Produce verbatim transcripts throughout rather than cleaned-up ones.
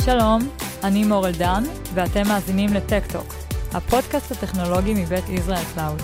שלום, אני מור אלדן, ואתם מאזינים לטק-טוק, הפודקאסט הטכנולוגי מבית ישראל קלאוד.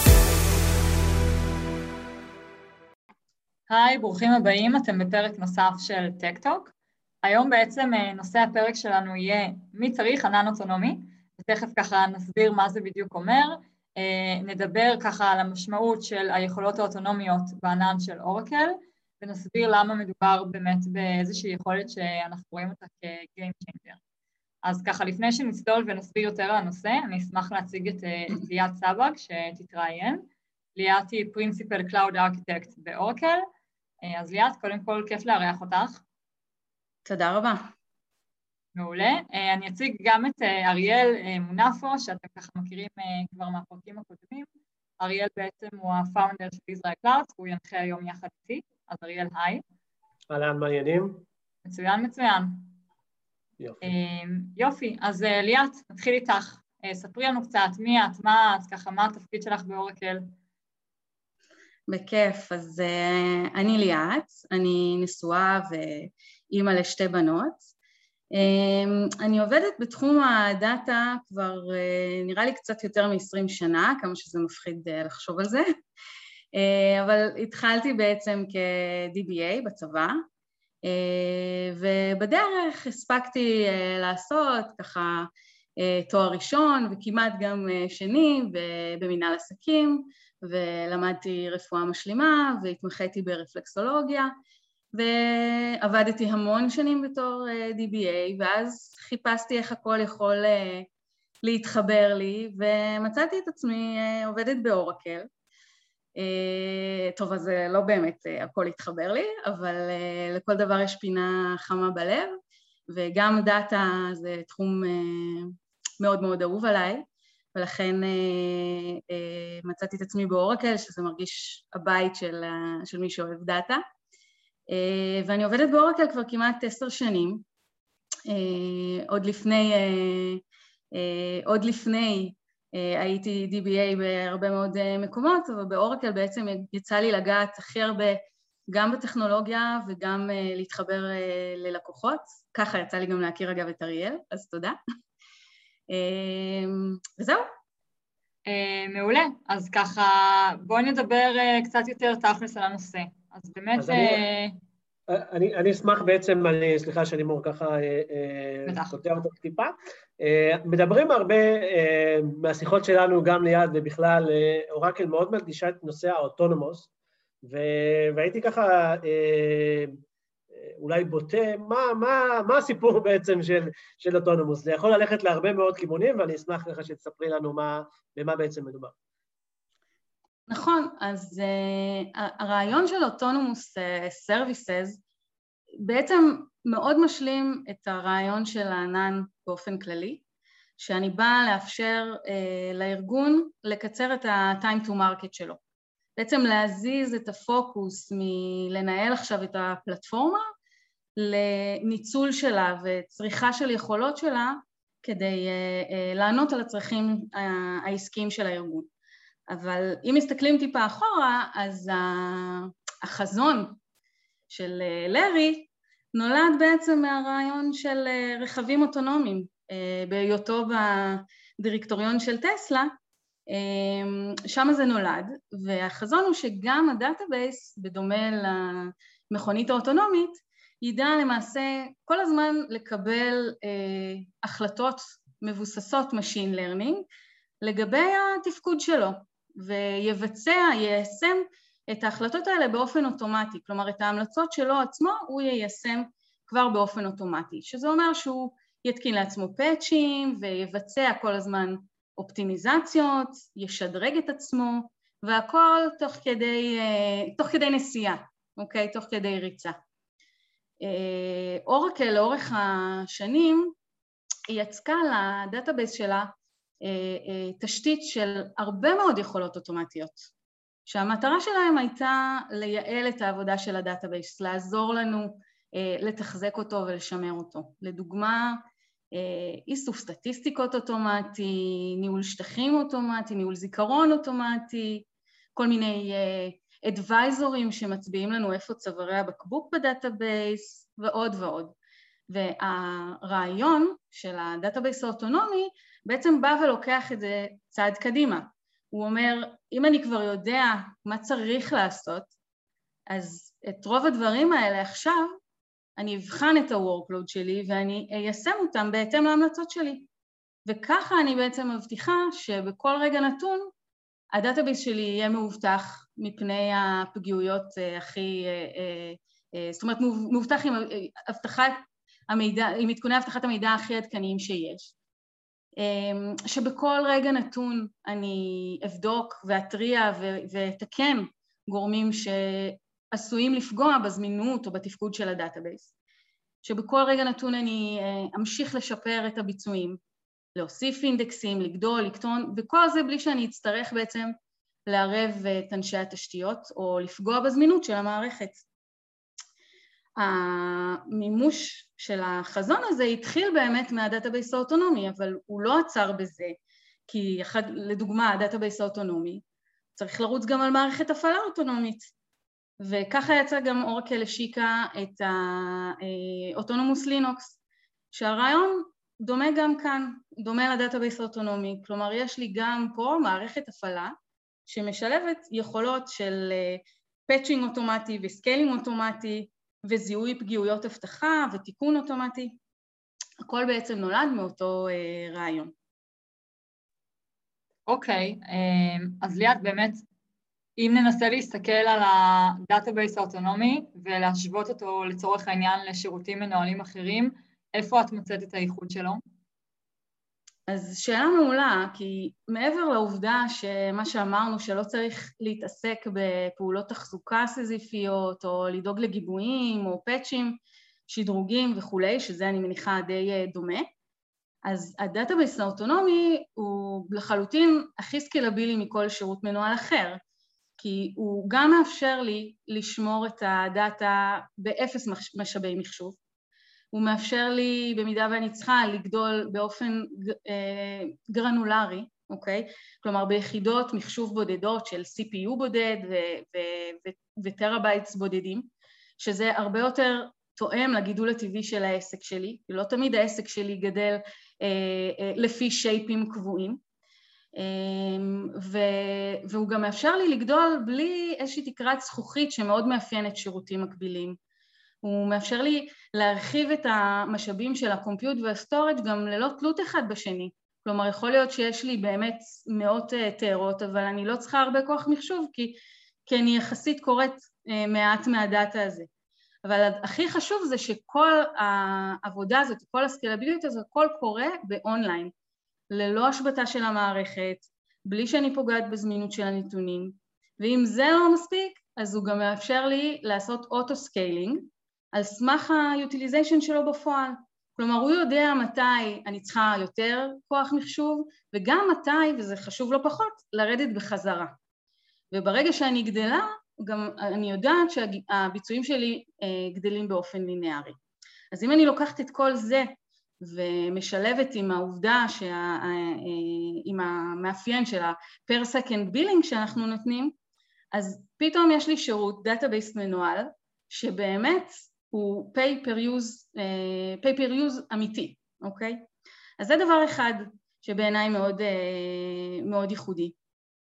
היי, ברוכים הבאים, אתם בפרק נוסף של טק-טוק. היום בעצם נושא הפרק שלנו יהיה מי צריך ענן אוטונומי, ותכף ככה נסביר מה זה בדיוק אומר, נדבר ככה על המשמעות של היכולות האוטונומיות בענן של אורקל, ונסביר למה מדובר באמת באיזושהי יכולת שאנחנו רואים אותה כ-game changer. אז ככה, לפני שנצלול ונסביר יותר על הנושא, אני אשמח להציג את, את ליאת סבג שתתראיין. ליאת היא Principal Cloud Architect באורקל. אז ליאת, קודם כל, כיף לארח אותך. תודה רבה. מעולה. אני אציג גם את אריאל מונפו, שאתם ככה מכירים כבר מהפרקים הקודמים. אריאל בעצם הוא הפאונדר של ישראל קלאוד, הוא ינחה היום יחד איתי. אז אריאל, היי. אהלן, מעניינים? מצוין, מצוין. יופי. יופי, אז ליאת, נתחיל איתך. ספרי לנו קצת, מי את, מה את, ככה, מה התפקיד שלך באורקל? בכיף, אז uh, אני ליאת, אני נשואה ואימא לשתי בנות. Um, אני עובדת בתחום הדאטה כבר uh, נראה לי קצת יותר מ-עשרים שנה, כמה שזה מפחיד uh, לחשוב על זה. Uh, אבל התחלתי בעצם כ-די בי איי בצבא, uh, ובדרך הספקתי uh, לעשות ככה uh, תואר ראשון וכמעט גם uh, שני במנהל עסקים, ולמדתי רפואה משלימה והתמחיתי ברפלקסולוגיה, ועבדתי המון שנים בתור די בי איי, ואז חיפשתי איך הכל יכול להתחבר לי, ומצאתי את עצמי עובדת באורקל. טוב, אז לא באמת הכל התחבר לי, אבל לכל דבר יש פינה חמה בלב, וגם דאטה זה תחום מאוד מאוד אהוב עליי, ולכן אה, אה, מצאתי את עצמי באורקל, שזה מרגיש הבית של, של מי שאוהב דאטה. אה, ואני עובדת באורקל כבר כמעט עשר שנים, אה, עוד לפני, אה, אה, עוד לפני אה, הייתי די בי איי בהרבה מאוד אה, מקומות, אבל באורקל בעצם יצא לי לגעת הכי הרבה גם בטכנולוגיה וגם אה, להתחבר אה, ללקוחות. ככה יצא לי גם להכיר אגב את אריאל, אז תודה. וזהו. מעולה. אז ככה, בואי נדבר קצת יותר תכלס על הנושא. אז באמת... אז אני, אני, אני אשמח בעצם, אני, סליחה שאני מור ככה, קוטע אותך טיפה. מדברים הרבה מהשיחות שלנו, גם ליד ובכלל, אורקל מאוד מדגישה את נושא האוטונומוס, והייתי ככה... אולי בוטה, מה, מה, מה הסיפור בעצם של, של אוטונומוס? זה יכול ללכת להרבה מאוד כיוונים, ואני אשמח לך שתספרי לנו מה, במה בעצם מדובר. נכון, אז uh, הרעיון של אוטונומוס סרוויסס בעצם מאוד משלים את הרעיון של הענן באופן כללי, שאני באה לאפשר uh, לארגון לקצר את ה-time to market שלו. בעצם להזיז את הפוקוס מלנהל עכשיו את הפלטפורמה, לניצול שלה וצריכה של יכולות שלה, כדי uh, uh, לענות על הצרכים uh, העסקיים של הארגון. אבל אם מסתכלים טיפה אחורה, אז uh, החזון של uh, לרי נולד בעצם מהרעיון של uh, רכבים אוטונומיים, uh, בהיותו בדירקטוריון של טסלה, שם זה נולד, והחזון הוא שגם הדאטאבייס, בדומה למכונית האוטונומית, ידע למעשה כל הזמן לקבל אה, החלטות מבוססות Machine Learning לגבי התפקוד שלו, ויבצע, יישם את ההחלטות האלה באופן אוטומטי, כלומר את ההמלצות שלו עצמו הוא יישם כבר באופן אוטומטי, שזה אומר שהוא יתקין לעצמו פאצ'ים ויבצע כל הזמן אופטימיזציות, ישדרג את עצמו, והכל תוך כדי, תוך כדי נסיעה, אוקיי? תוך כדי ריצה. אורקל לאורך השנים היא יצקה לדאטאבייס שלה תשתית של הרבה מאוד יכולות אוטומטיות, שהמטרה שלהם הייתה לייעל את העבודה של הדאטאבייס, לעזור לנו לתחזק אותו ולשמר אותו. לדוגמה, איסוף סטטיסטיקות אוטומטי, ניהול שטחים אוטומטי, ניהול זיכרון אוטומטי, כל מיני אדוויזורים שמצביעים לנו איפה צווארי הבקבוק בדאטאבייס, ועוד ועוד. והרעיון של הדאטאבייס האוטונומי בעצם בא ולוקח את זה צעד קדימה. הוא אומר, אם אני כבר יודע מה צריך לעשות, אז את רוב הדברים האלה עכשיו, אני אבחן את ה-workload שלי ואני איישם אותם בהתאם להמלצות שלי. וככה אני בעצם מבטיחה שבכל רגע נתון, הדאטאבייס שלי יהיה מאובטח מפני הפגיעויות הכי, זאת אומרת, מאובטח עם הבטחת המידע, עם עדכוני הבטחת המידע הכי עדכניים שיש. שבכל רגע נתון אני אבדוק ואטריע ותקן גורמים שעשויים לפגוע בזמינות או בתפקוד של הדאטאבייס. שבכל רגע נתון אני אמשיך לשפר את הביצועים, להוסיף אינדקסים, לגדול, לקטון, וכל זה בלי שאני אצטרך בעצם לערב את אנשי התשתיות או לפגוע בזמינות של המערכת. המימוש של החזון הזה התחיל באמת מהדאטאבייס האוטונומי, אבל הוא לא עצר בזה, כי לדוגמה הדאטאבייס האוטונומי צריך לרוץ גם על מערכת הפעלה אוטונומית, וככה יצא גם אורקל השיקה את האוטונומוס לינוקס, שהרעיון דומה גם כאן, דומה לדאטאבייס האוטונומי, כלומר יש לי גם פה מערכת הפעלה שמשלבת יכולות של פאצ'ינג אוטומטי וסקיילינג אוטומטי וזיהוי פגיעויות הבטחה ותיקון אוטומטי, הכל בעצם נולד מאותו רעיון. אוקיי, אז ליאת באמת, אם ננסה להסתכל על הדאטאבייס האוטונומי ולהשוות אותו לצורך העניין לשירותים מנוהלים אחרים, איפה את מוצאת את הייחוד שלו? אז שאלה מעולה, כי מעבר לעובדה שמה שאמרנו שלא צריך להתעסק בפעולות תחזוקה סזיפיות או לדאוג לגיבויים או פאצ'ים, שדרוגים וכולי, שזה אני מניחה די דומה, אז הדאטאבייס האוטונומי הוא לחלוטין הכי סקלבילי מכל שירות מנוהל אחר, כי הוא גם מאפשר לי לשמור את הדאטה באפס משאבי מחשוב, הוא מאפשר לי במידה ואני צריכה לגדול באופן גרנולרי, אוקיי? כלומר ביחידות מחשוב בודדות של סי פי יו בודד וטראבייטס בודדים, שזה הרבה יותר תואם לגידול הטבעי של העסק שלי, ולא תמיד העסק שלי גדל לפי שייפים קבועים, והוא גם מאפשר לי לגדול בלי איזושהי תקרת זכוכית שמאוד מאפיינת שירותים מקבילים. הוא מאפשר לי להרחיב את המשאבים של הקומפיוט והסטורג' גם ללא תלות אחד בשני. כלומר, יכול להיות שיש לי באמת מאות תארות, אבל אני לא צריכה הרבה כוח מחשוב, כי, כי אני יחסית קוראת מעט מהדאטה הזה. אבל הכי חשוב זה שכל העבודה הזאת, כל הסקלביליות הזאת, הכל קורה באונליין, ללא השבתה של המערכת, בלי שאני פוגעת בזמינות של הנתונים. ואם זה לא מספיק, אז הוא גם מאפשר לי לעשות אוטו-סקיילינג, על סמך היוטיליזיישן שלו בפועל. כלומר, הוא יודע מתי אני צריכה יותר כוח מחשוב, וגם מתי, וזה חשוב לא פחות, לרדת בחזרה. וברגע שאני גדלה, גם אני יודעת שהביצועים שלי גדלים באופן לינארי. אז אם אני לוקחת את כל זה, ומשלבת עם העובדה, שה, עם המאפיין של ה-per second billing שאנחנו נותנים, אז פתאום יש לי שירות דאטאבייס מנוהל, שבאמת הוא pay per use, pay per use אמיתי, אוקיי? אז זה דבר אחד שבעיניי מאוד, מאוד ייחודי.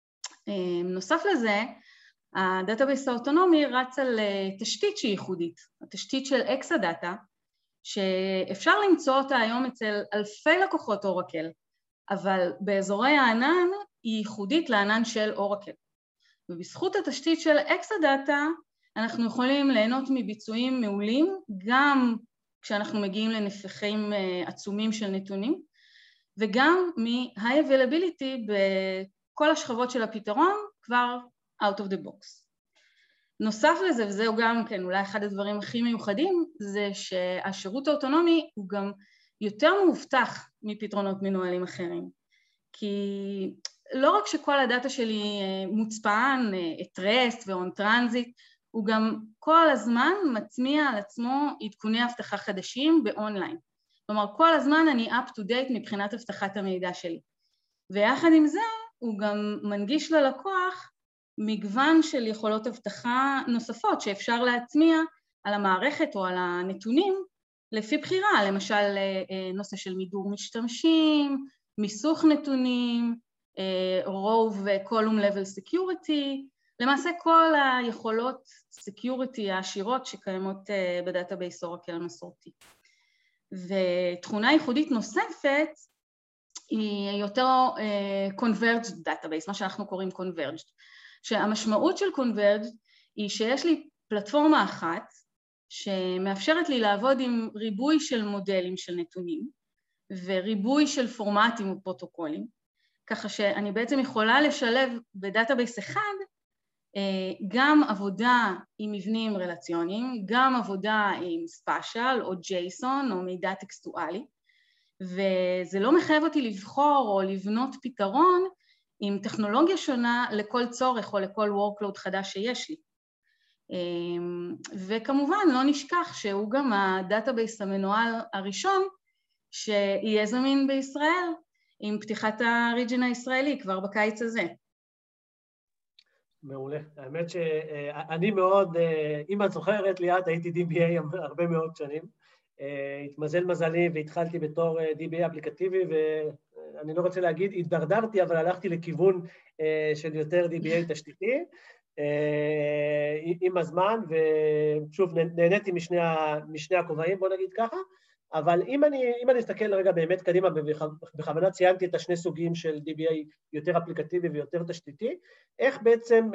נוסף לזה, הדאטאבייס האוטונומי רץ על תשתית שהיא ייחודית, התשתית של אקסדאטה, שאפשר למצוא אותה היום אצל אלפי לקוחות אורקל, אבל באזורי הענן היא ייחודית לענן של אורקל. ובזכות התשתית של אקסדאטה, אנחנו יכולים ליהנות מביצועים מעולים, גם כשאנחנו מגיעים לנפחים עצומים של נתונים, וגם מ-high availability בכל השכבות של הפתרון, כבר out of the box. נוסף לזה, וזהו גם כן, אולי אחד הדברים הכי מיוחדים, זה שהשירות האוטונומי הוא גם יותר מאובטח מפתרונות מנוהלים אחרים. כי לא רק שכל הדאטה שלי מוצפן, את רסט ואון טרנזיט, הוא גם כל הזמן מצמיע על עצמו עדכוני הבטחה חדשים באונליין. כלומר, כל הזמן אני up to date מבחינת הבטחת המידע שלי. ויחד עם זה, הוא גם מנגיש ללקוח מגוון של יכולות הבטחה נוספות שאפשר להצמיע על המערכת או על הנתונים לפי בחירה, למשל נושא של מידור משתמשים, מיסוך נתונים, row ו-column level security, למעשה כל היכולות security העשירות שקיימות בדאטאבייס אורקל המסורתי. ותכונה ייחודית נוספת היא יותר converged database, מה שאנחנו קוראים converged, שהמשמעות של converged היא שיש לי פלטפורמה אחת שמאפשרת לי לעבוד עם ריבוי של מודלים של נתונים וריבוי של פורמטים ופרוטוקולים, ככה שאני בעצם יכולה לשלב בדאטאבייס אחד גם עבודה עם מבנים רלציוניים, גם עבודה עם ספאשל או ג'ייסון או מידע טקסטואלי, וזה לא מחייב אותי לבחור או לבנות פתרון עם טכנולוגיה שונה לכל צורך או לכל workload חדש שיש לי. וכמובן לא נשכח שהוא גם הדאטאבייס המנוהל הראשון שיהיה זמין בישראל עם פתיחת הריג'ן הישראלי כבר בקיץ הזה. מעולה. האמת שאני מאוד, אם את זוכרת ליאת, הייתי די בי איי הרבה מאוד שנים. התמזל מזלי והתחלתי בתור די בי איי אפליקטיבי, ואני לא רוצה להגיד, התדרדרתי, אבל הלכתי לכיוון של יותר די בי איי תשתיתי עם הזמן, ושוב, נהניתי משני, משני הכובעים, בוא נגיד ככה, אבל אם אני, אם אני אסתכל רגע באמת קדימה, בכוונה ציינתי את השני סוגים של די בי איי, יותר אפליקטיבי ויותר תשתיתי, איך בעצם,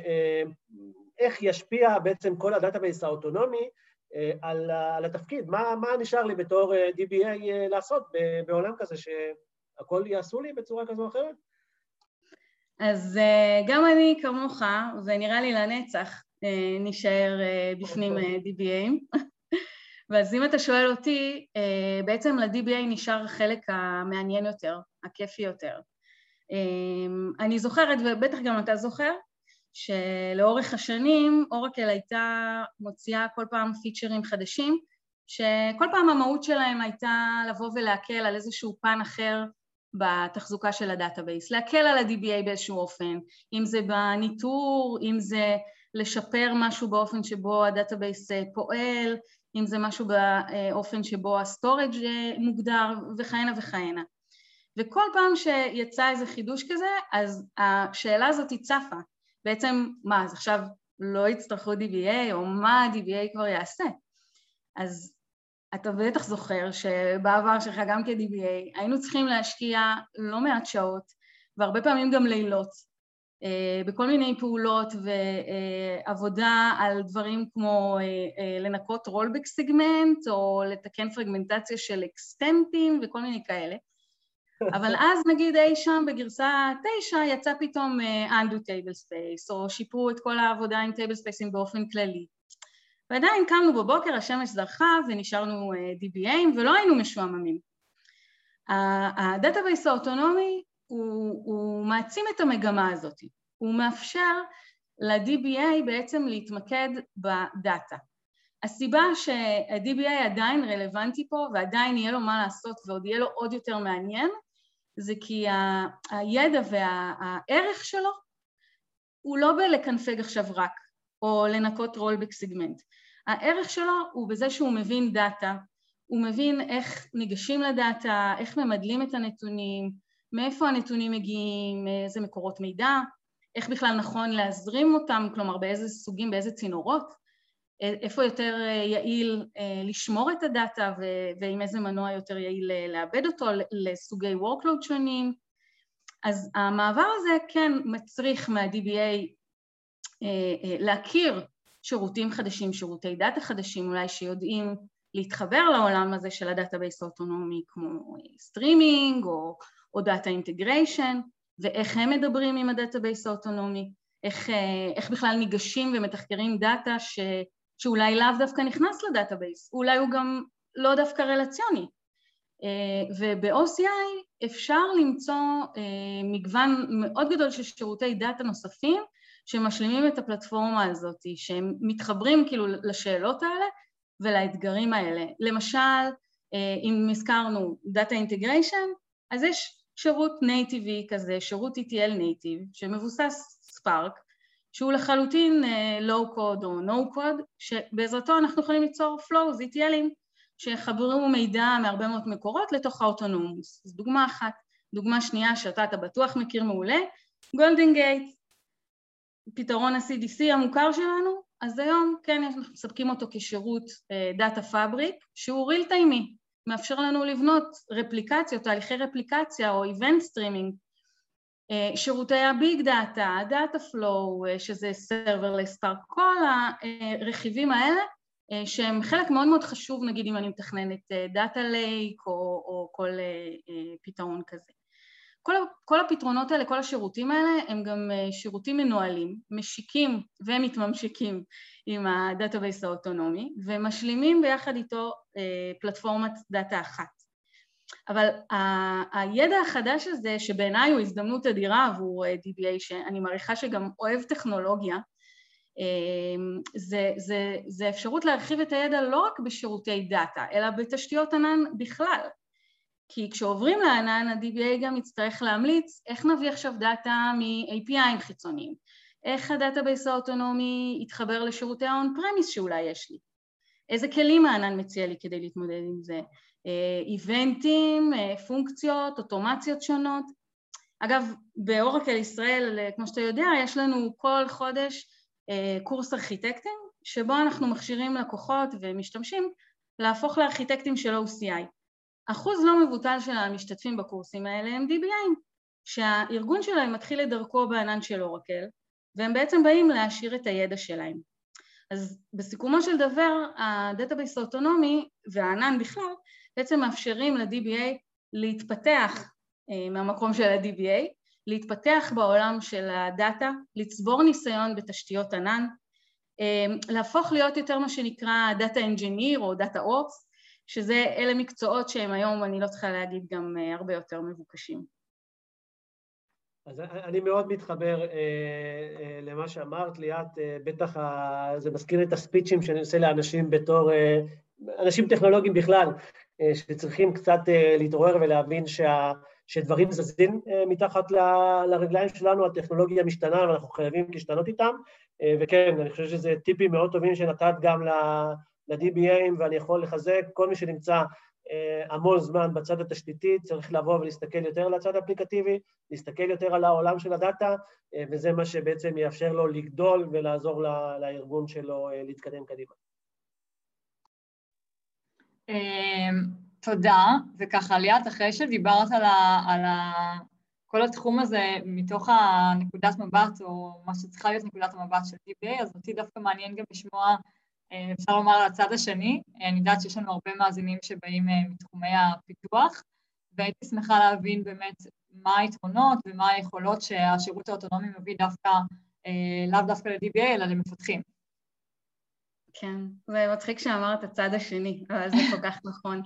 איך ישפיע בעצם כל הדאטאבייס האוטונומי על, על התפקיד? מה, מה נשאר לי בתור די בי איי לעשות בעולם כזה שהכל יעשו לי בצורה כזו או אחרת? אז גם אני כמוך, ונראה לי לנצח, נשאר בפנים די בי איי. ואז אם אתה שואל אותי, בעצם ל-די בי איי נשאר חלק המעניין יותר, הכיפי יותר. אני זוכרת, ובטח גם אתה זוכר, שלאורך השנים אורקל הייתה מוציאה כל פעם פיצ'רים חדשים, שכל פעם המהות שלהם הייתה לבוא ולהקל על איזשהו פן אחר בתחזוקה של הדאטאבייס, להקל על ה-די בי איי באיזשהו אופן, אם זה בניטור, אם זה לשפר משהו באופן שבו הדאטאבייס פועל, אם זה משהו באופן שבו הסטורג' מוגדר וכהנה וכהנה. וכל פעם שיצא איזה חידוש כזה, אז השאלה הזאת היא צפה. בעצם, מה, אז עכשיו לא יצטרכו די בי איי, או מה ה-די בי איי כבר יעשה? אז אתה בטח זוכר שבעבר שלך גם כ-די בי איי, היינו צריכים להשקיע לא מעט שעות, והרבה פעמים גם לילות, בכל מיני פעולות ועבודה על דברים כמו לנקות רולבק סגמנט, או לתקן פרגמנטציה של אקסטמפים וכל מיני כאלה. אבל אז נגיד אי שם בגרסה תשע יצא פתאום undo table space, או שיפרו את כל העבודה עם table spacing באופן כללי. ועדיין קמנו בבוקר, השמש זרחה ונשארנו די בי איי ולא היינו משועממים. הדאטאבייס האוטונומי הוא, הוא מעצים את המגמה הזאת. הוא מאפשר ל-די בי איי בעצם להתמקד בדאטה. הסיבה שה-די בי איי עדיין רלוונטי פה ועדיין יהיה לו מה לעשות ועוד יהיה לו עוד יותר מעניין, זה כי ה- הידע והערך שלו הוא לא בלקנפג עכשיו רק, או לנקות רולבק סגמנט. הערך שלו הוא בזה שהוא מבין דאטה, הוא מבין איך ניגשים לדאטה, איך ממדלים את הנתונים, מאיפה הנתונים מגיעים, איזה מקורות מידע, איך בכלל נכון להזרים אותם, כלומר באיזה סוגים, באיזה צינורות, איפה יותר יעיל לשמור את הדאטה ועם איזה מנוע יותר יעיל לאבד אותו לסוגי workload שונים. אז המעבר הזה כן מצריך מה-די בי איי להכיר שירותים חדשים, שירותי דאטה חדשים, אולי שיודעים להתחבר לעולם הזה של הדאטאבייס האוטונומי, כמו סטרימינג או, או דאטה אינטגריישן, ואיך הם מדברים עם הדאטאבייס האוטונומי, איך, איך בכלל ניגשים ומתחקרים דאטה ש, שאולי לאו דווקא נכנס לדאטאבייס, אולי הוא גם לא דווקא רלציוני. וב-או סי איי אפשר למצוא מגוון מאוד גדול של שירותי דאטה נוספים, שמשלימים את הפלטפורמה הזאת, שהם מתחברים כאילו לשאלות האלה ולאתגרים האלה. למשל, אם הזכרנו Data Integration, אז יש שירות נייטיבי כזה, שירות אי טי אל נייטיב, שמבוסס ספארק, שהוא לחלוטין low code או no code, שבעזרתו אנחנו יכולים ליצור flows, אי טי אל'ים, שחברו מידע מהרבה מאוד מקורות לתוך האוטונומוס. זו דוגמה אחת. דוגמה שנייה שאתה אתה בטוח מכיר מעולה, גולדן גייט, פתרון ה-סי די סי המוכר שלנו, אז היום כן אנחנו מספקים אותו כשירות דאטה פאבריק, שהוא ריל טיימי, מאפשר לנו לבנות רפליקציות, תהליכי רפליקציה או איבנט סטרימינג, שירותי הביג דאטה, דאטה פלואו, שזה סרברלס פארק, כל הרכיבים האלה, שהם חלק מאוד מאוד חשוב, נגיד אם אני מתכננת דאטה לייק או, או כל פתרון כזה. כל, כל הפתרונות האלה, כל השירותים האלה, הם גם שירותים מנוהלים, משיקים ומתממשיקים עם הדאטאבייס האוטונומי, ומשלימים ביחד איתו פלטפורמת דאטה אחת. אבל ה- הידע החדש הזה, שבעיניי הוא הזדמנות אדירה עבור די בי איי, שאני מעריכה שגם אוהב טכנולוגיה, זה, זה, זה אפשרות להרחיב את הידע לא רק בשירותי דאטה, אלא בתשתיות ענן בכלל. כי כשעוברים לענן, ה-די בי איי גם יצטרך להמליץ איך נביא עכשיו דאטה מ-איי פי איי חיצוניים, איך הדאטאבייס האוטונומי יתחבר לשירותי ה-on-premise שאולי יש לי, איזה כלים הענן מציע לי כדי להתמודד עם זה, איבנטים, פונקציות, אוטומציות שונות. אגב, באורקל ישראל, כמו שאתה יודע, יש לנו כל חודש קורס ארכיטקטים, שבו אנחנו מכשירים לקוחות ומשתמשים להפוך לארכיטקטים של או סי איי. אחוז לא מבוטל של המשתתפים בקורסים האלה הם די בי איי, שהארגון שלהם מתחיל לדרכו בענן של אורקל, והם בעצם באים להשאיר את הידע שלהם. אז בסיכומו של דבר, הדאטאבייס האוטונומי והענן בכלל, בעצם מאפשרים ל-די בי איי להתפתח מהמקום של ה-די בי איי, להתפתח בעולם של הדאטה, לצבור ניסיון בתשתיות ענן, להפוך להיות יותר מה שנקרא דאטה אנג'יניר או דאטה אופס, שזה אלה מקצועות שהם היום, אני לא צריכה להגיד, גם הרבה יותר מבוקשים. אז אני מאוד מתחבר אה, אה, למה שאמרת, ליאת, אה, בטח ה, זה מזכיר את הספיצ'ים שאני עושה לאנשים בתור, אה, אנשים טכנולוגיים בכלל, אה, שצריכים קצת אה, להתעורר ולהבין שה, שדברים זזים אה, מתחת ל, לרגליים שלנו, הטכנולוגיה משתנה ואנחנו חייבים להשתנות איתם, אה, וכן, אני חושב שזה טיפים מאוד טובים שנתת גם ל-די בי איי, ואני יכול לחזק כל מי שנמצא המון זמן בצד התשתיתי, צריך לבוא ולהסתכל יותר על הצד האפליקטיבי, להסתכל יותר על העולם של הדאטה, וזה מה שבעצם יאפשר לו לגדול ולעזור לארגון שלו להתקדם קדימה. תודה, וככה ליאת, אחרי שדיברת על, ה, על ה, כל התחום הזה מתוך הנקודת מבט, או מה שצריכה להיות נקודת המבט של די בי איי, אז אותי דווקא מעניין גם לשמוע, אפשר לומר על הצד השני, אני יודעת שיש לנו הרבה מאזינים שבאים מתחומי הפיתוח, והייתי שמחה להבין באמת מה היתרונות ומה היכולות שהשירות האוטונומי מביא דווקא, לאו דווקא ל-די בי איי, אלא למפתחים. כן, זה מצחיק שאמרת הצד השני, אבל זה כל כך נכון.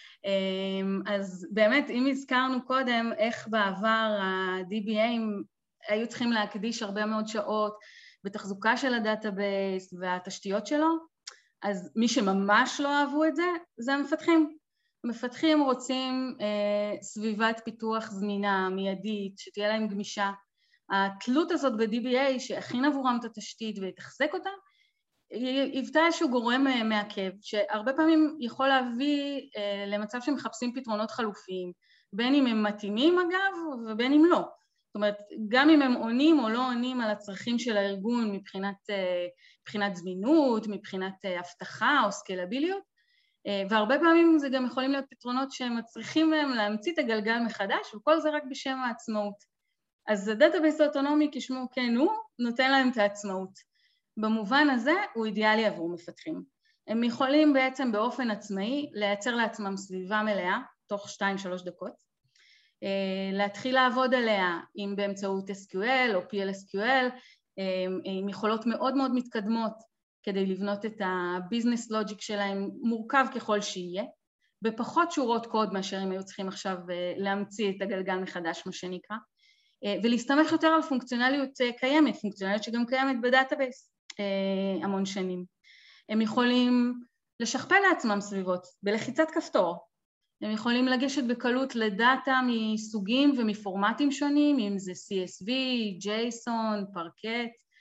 אז באמת, אם הזכרנו קודם איך בעבר ה-די בי איי היו צריכים להקדיש הרבה מאוד שעות בתחזוקה של הדאטאבייס והתשתיות שלו, אז מי שממש לא אהבו את זה, זה המפתחים. המפתחים רוצים אה, סביבת פיתוח זמינה, מיידית, שתהיה להם גמישה. התלות הזאת ב-די בי איי, שהכין עבורם את התשתית והתחזק אותה, היוותה איזשהו גורם מעכב, שהרבה פעמים יכול להביא אה, למצב שמחפשים פתרונות חלופיים, בין אם הם מתאימים אגב, ובין אם לא. זאת אומרת, גם אם הם עונים או לא עונים על הצרכים של הארגון מבחינת, מבחינת זמינות, מבחינת הבטחה או סקלביליות, והרבה פעמים זה גם יכולים להיות פתרונות שהם מצריכים מהם להמציא את הגלגל מחדש, וכל זה רק בשם העצמאות. אז הדאטאבייס האוטונומי, כשמו כן הוא, נותן להם את העצמאות. במובן הזה הוא אידיאלי עבור מפתחים. הם יכולים בעצם באופן עצמאי לייצר לעצמם סביבה מלאה, תוך שתיים שלוש דקות, להתחיל לעבוד עליה, אם באמצעות אס קיו אל או פי אל אס קיו אל, עם יכולות מאוד מאוד מתקדמות כדי לבנות את הביזנס לוג'יק שלהם, מורכב ככל שיהיה, בפחות שורות קוד מאשר הם היו צריכים עכשיו להמציא את הגלגל מחדש, מה שנקרא, ולהסתמך יותר על פונקציונליות קיימת, פונקציונליות שגם קיימת בדאטאבייס המון שנים. הם יכולים לשכפל לעצמם סביבות בלחיצת כפתור, הם יכולים לגשת בקלות לדאטה מסוגים ומפורמטים שונים, אם זה סי אס וי, ג'ייסון, פרקט,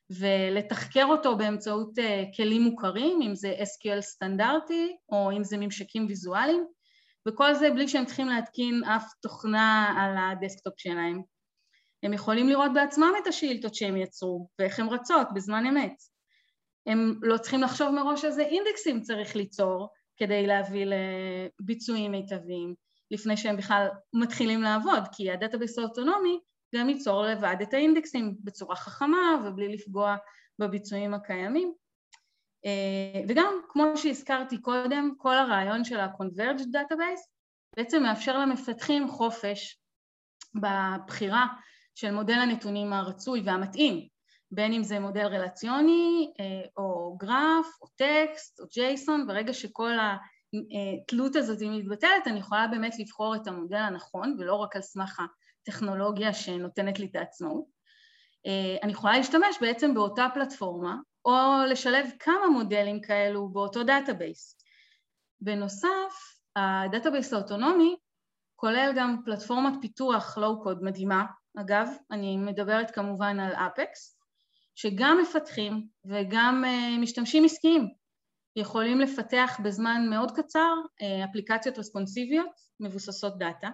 ולתחקר אותו באמצעות כלים מוכרים, אם זה אס קיו אל סטנדרטי או אם זה ממשקים ויזואליים, וכל זה בלי שהם צריכים להתקין אף תוכנה על הדסקטופ שלהם. הם יכולים לראות בעצמם את השאילתות שהם יצרו ואיך הם רצות בזמן אמת. הם לא צריכים לחשוב מראש איזה אינדקסים צריך ליצור כדי להביא לביצועים מיטביים, לפני שהם בכלל מתחילים לעבוד, כי הדאטאבייס האוטונומי גם ייצור לבד את האינדקסים בצורה חכמה ובלי לפגוע בביצועים הקיימים. וגם, כמו שהזכרתי קודם, כל הרעיון של ה-Converged Database בעצם מאפשר למפתחים חופש בבחירה של מודל הנתונים הרצוי והמתאים, בין אם זה מודל רלציוני, או גרף, או טקסט, או ג'ייסון. ברגע שכל התלות הזאת היא מתבטלת, אני יכולה באמת לבחור את המודל הנכון, ולא רק על סמך הטכנולוגיה שנותנת לי את העצמאות. אני יכולה להשתמש בעצם באותה פלטפורמה, או לשלב כמה מודלים כאלו באותו דאטאבייס. בנוסף, הדאטאבייס האוטונומי כולל גם פלטפורמת פיתוח לואו-קוד מדהימה. אגב, אני מדברת כמובן על אפקס, שגם מפתחים וגם משתמשים עסקיים יכולים לפתח בזמן מאוד קצר אפליקציות רספונסיביות מבוססות דאטה.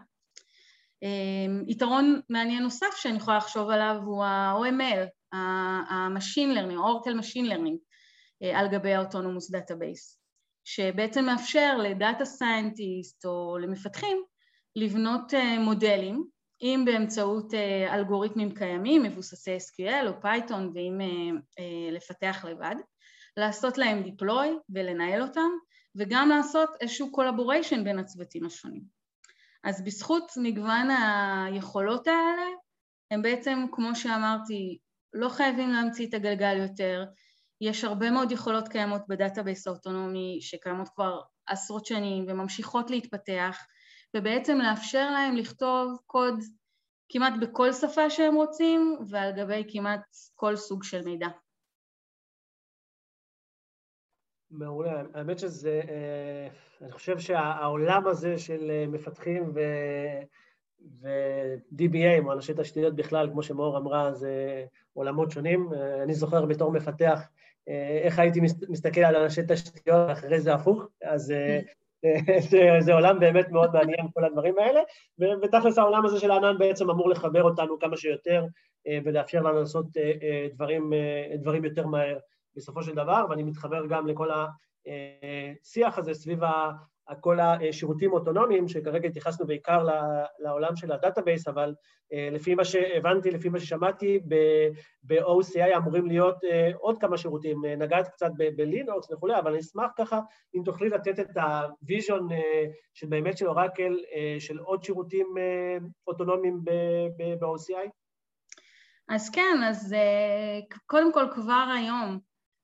יתרון מעניין נוסף שאני יכולה לחשוב עליו הוא ה-או אם אל, ה-Machine Learning, Oracle Machine Learning, על גבי ה-Autonomous Database, שבעצם מאפשר לדאטה סיינטיסט או למפתחים לבנות מודלים, אם באמצעות אלגוריתמים קיימים, מבוססי אס קיו אל או פייתון, ואם לפתח לבד, לעשות להם deploy ולנהל אותם, וגם לעשות איזשהו collaboration בין הצוותים השונים. אז בזכות מגוון היכולות האלה, הם בעצם, כמו שאמרתי, לא חייבים להמציא את הגלגל יותר. יש הרבה מאוד יכולות קיימות בדאטאבייס האוטונומי, שקיימות כבר עשרות שנים וממשיכות להתפתח, ובעצם לאפשר להם לכתוב קוד כמעט בכל שפה שהם רוצים, ועל גבי כמעט כל סוג של מידע. מעולה. האמת שזה, אני חושב שהעולם הזה של מפתחים ו-די בי איי, או אנשי תשתיות בכלל, כמו שמאור אמרה, זה עולמות שונים. אני זוכר בתור מפתח, איך הייתי מסתכל על אנשי תשתיות, אחרי זה הפוך, אז זה, זה עולם באמת מאוד מעניין, כל הדברים האלה, ובתכלס העולם הזה של הענן בעצם אמור לחבר אותנו כמה שיותר, ולאפשר לנו לעשות דברים, דברים יותר מהר בסופו של דבר, ואני מתחבר גם לכל השיח הזה סביב כל השירותים אוטונומיים, שכרגע התייחסנו בעיקר לעולם של הדאטאבייס, אבל לפי מה שהבנתי, לפי מה ששמעתי, ב-או סי איי אמורים להיות עוד כמה שירותים, נגעת קצת בלינוקס וכולי, אבל אני אשמח ככה, אם תוכלי לתת את הוויז'ון של באמת של אורקל, של עוד שירותים אוטונומיים ב-או סי איי? אז כן, אז קודם כל כבר היום,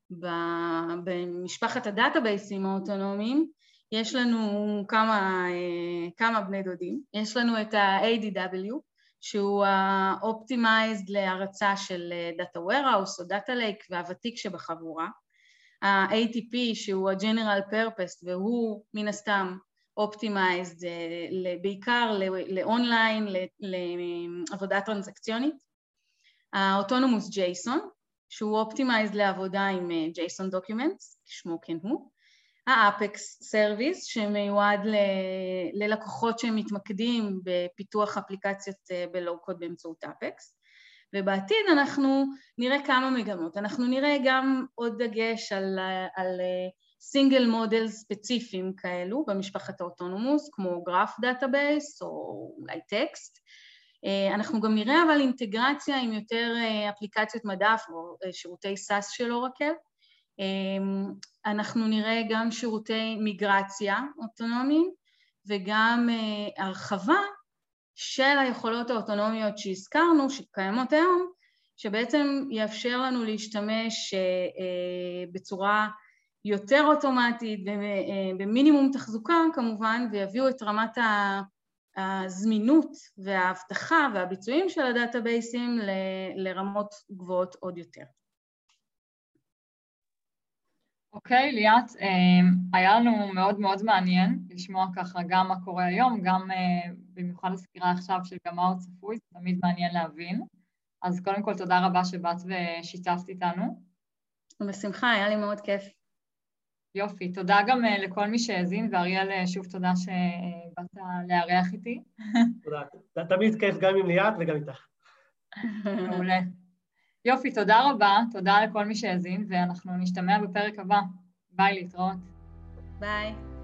במשפחת הדאטאבייסים האוטונומיים, יש לנו כמה, כמה בני דודים. יש לנו את ה-איי די דאבליו, שהוא ה-Optimized להרצה של Data Warehouse או Data Lake והוותיק שבחבורה. ה-איי טי פי, שהוא ה-General Purpose, והוא מן הסתם Optimized בעיקר לאונליין, לעבודה טרנזקציונית. ה-Autonomous JSON, שהוא Optimized לעבודה עם JSON Documents, כשמו כן הוא. ה-Apex Service, שמיועד ל- ללקוחות שמתמקדים בפיתוח אפליקציות בלואו-קוד באמצעות Apex, ובעתיד אנחנו נראה כמה מגמות. אנחנו נראה גם עוד דגש על, על single model ספציפיים כאלו במשפחת האוטונומוס, כמו Graph Database או אולי טקסט. אנחנו גם נראה אבל אינטגרציה עם יותר אפליקציות מדף או שירותי סאס של אורקל. אנחנו נראה גם שירותי מיגרציה אוטונומיים וגם הרחבה של היכולות האוטונומיות שהזכרנו, שקיימות היום, שבעצם יאפשר לנו להשתמש בצורה יותר אוטומטית ובמינימום תחזוקה כמובן, ויביאו את רמת הזמינות וההבטחה והביצועים של הדאטאבייסים לרמות גבוהות עוד יותר. אוקיי, ליאת, היה לנו מאוד מאוד מעניין לשמוע ככה גם מה קורה היום, גם במיוחד הסקירה עכשיו של גם מה עוד צפוי, זה תמיד מעניין להבין. אז קודם כל תודה רבה שבאת ושיתפת איתנו. ובשמחה, היה לי מאוד כיף. יופי, תודה גם לכל מי שהאזין, ואריאל, שוב תודה שבאת לארח איתי. תודה, תמיד כיף גם עם ליאת וגם איתך. מעולה. יופי, תודה רבה, תודה לכל מי שהאזין, ואנחנו נשתמע בפרק הבא. ביי, להתראות. ביי.